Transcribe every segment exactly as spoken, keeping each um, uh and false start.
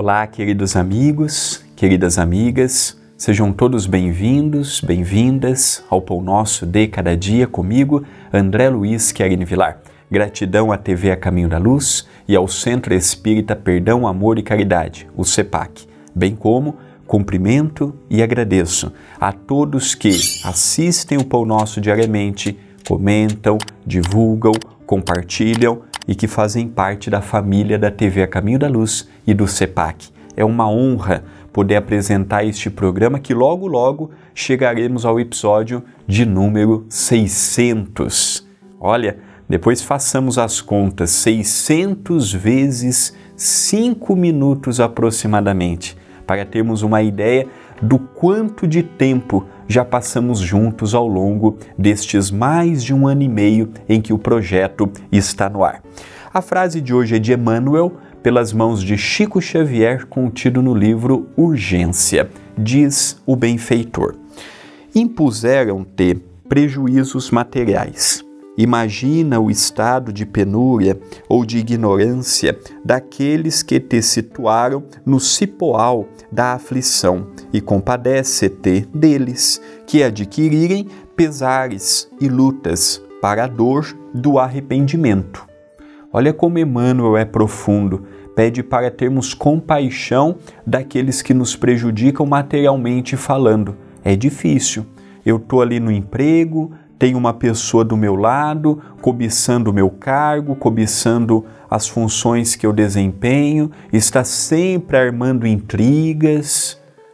Olá, queridos amigos, queridas amigas, sejam todos bem-vindos, bem-vindas ao Pão Nosso de Cada Dia comigo, André Luiz Querini Vilar. Gratidão à T V A Caminho da Luz e ao Centro Espírita Perdão, Amor e Caridade, o CEPAC, bem como cumprimento e agradeço a todos que assistem o Pão Nosso diariamente, comentam, divulgam, compartilham e que fazem parte da família da T V A Caminho da Luz e do CEPAC. É uma honra poder apresentar este programa que logo, logo chegaremos ao episódio de número seiscentos. Olha, depois façamos as contas, seiscentos vezes cinco minutos aproximadamente, para termos uma ideia do quanto de tempo já passamos juntos ao longo destes mais de um ano e meio em que o projeto está no ar. A frase de hoje é de Emmanuel, pelas mãos de Chico Xavier, contido no livro Urgência. Diz o benfeitor: impuseram-te prejuízos materiais. Imagina o estado de penúria ou de ignorância daqueles que te situaram no cipoal da aflição e compadece-te deles, que adquirirem pesares e lutas para a dor do arrependimento. Olha como Emmanuel é profundo, pede para termos compaixão daqueles que nos prejudicam materialmente falando. É difícil, eu estou ali no emprego, tem uma pessoa do meu lado, cobiçando o meu cargo, cobiçando as funções que eu desempenho, está sempre armando intrigas.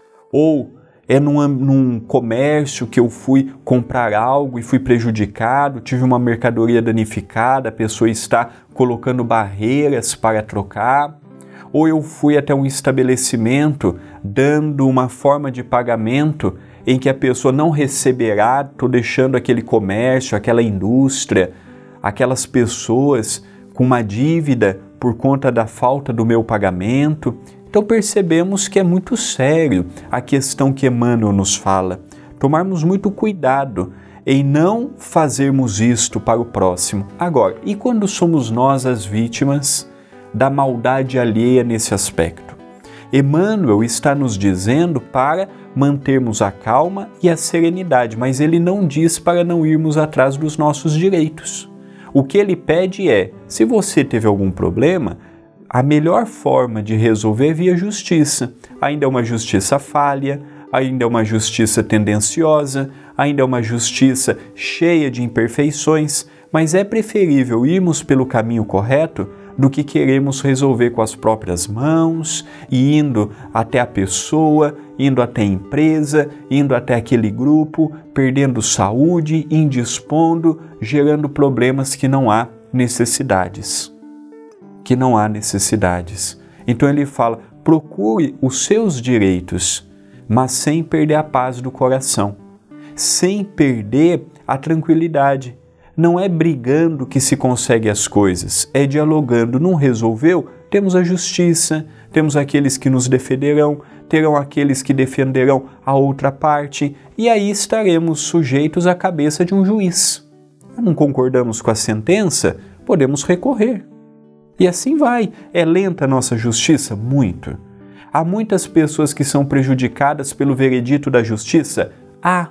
Ou é num, num comércio que eu fui comprar algo e fui prejudicado, tive uma mercadoria danificada, a pessoa está colocando barreiras para trocar. Ou eu fui até um estabelecimento dando uma forma de pagamento em que a pessoa não receberá, estou deixando aquele comércio, aquela indústria, aquelas pessoas com uma dívida por conta da falta do meu pagamento. Então percebemos que é muito sério a questão que Emmanuel nos fala. Tomarmos muito cuidado em não fazermos isto para o próximo. Agora, e quando somos nós as vítimas da maldade alheia nesse aspecto? Emmanuel está nos dizendo para mantermos a calma e a serenidade, mas ele não diz para não irmos atrás dos nossos direitos. O que ele pede é, se você teve algum problema, a melhor forma de resolver é via justiça. Ainda é uma justiça falha, ainda é uma justiça tendenciosa, ainda é uma justiça cheia de imperfeições, mas é preferível irmos pelo caminho correto do que queremos resolver com as próprias mãos, e indo até a pessoa, indo até a empresa, indo até aquele grupo, perdendo saúde, indispondo, gerando problemas que não há necessidades. Que não há necessidades. Então ele fala, procure os seus direitos, mas sem perder a paz do coração, sem perder a tranquilidade. Não é brigando que se consegue as coisas, é dialogando. Não resolveu? Temos a justiça, temos aqueles que nos defenderão, terão aqueles que defenderão a outra parte, e aí estaremos sujeitos à cabeça de um juiz. Não concordamos com a sentença? Podemos recorrer. E assim vai. É lenta a nossa justiça? Muito. Há muitas pessoas que são prejudicadas pelo veredito da justiça? Há.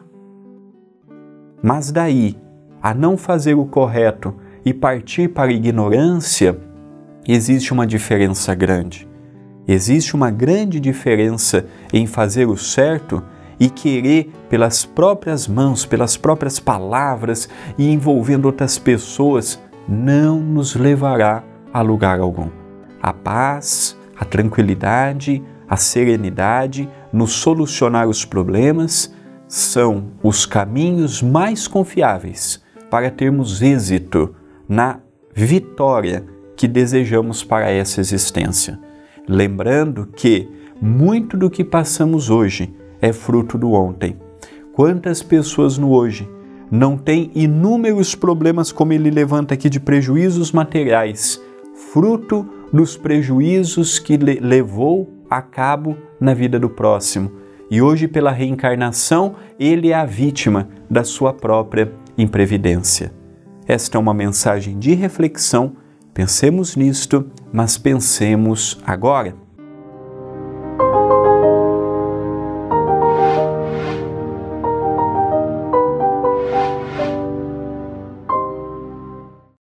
Mas daí a não fazer o correto e partir para a ignorância, existe uma diferença grande. Existe uma grande diferença em fazer o certo e querer pelas próprias mãos, pelas próprias palavras e envolvendo outras pessoas, não nos levará a lugar algum. A paz, a tranquilidade, a serenidade no solucionar os problemas são os caminhos mais confiáveis para termos êxito na vitória que desejamos para essa existência. Lembrando que muito do que passamos hoje é fruto do ontem. Quantas pessoas no hoje não têm inúmeros problemas, como ele levanta aqui, de prejuízos materiais, fruto dos prejuízos que le- levou a cabo na vida do próximo. E hoje, pela reencarnação, ele é a vítima da sua própria imprevidência. Esta é uma mensagem de reflexão. Pensemos nisto, mas pensemos agora.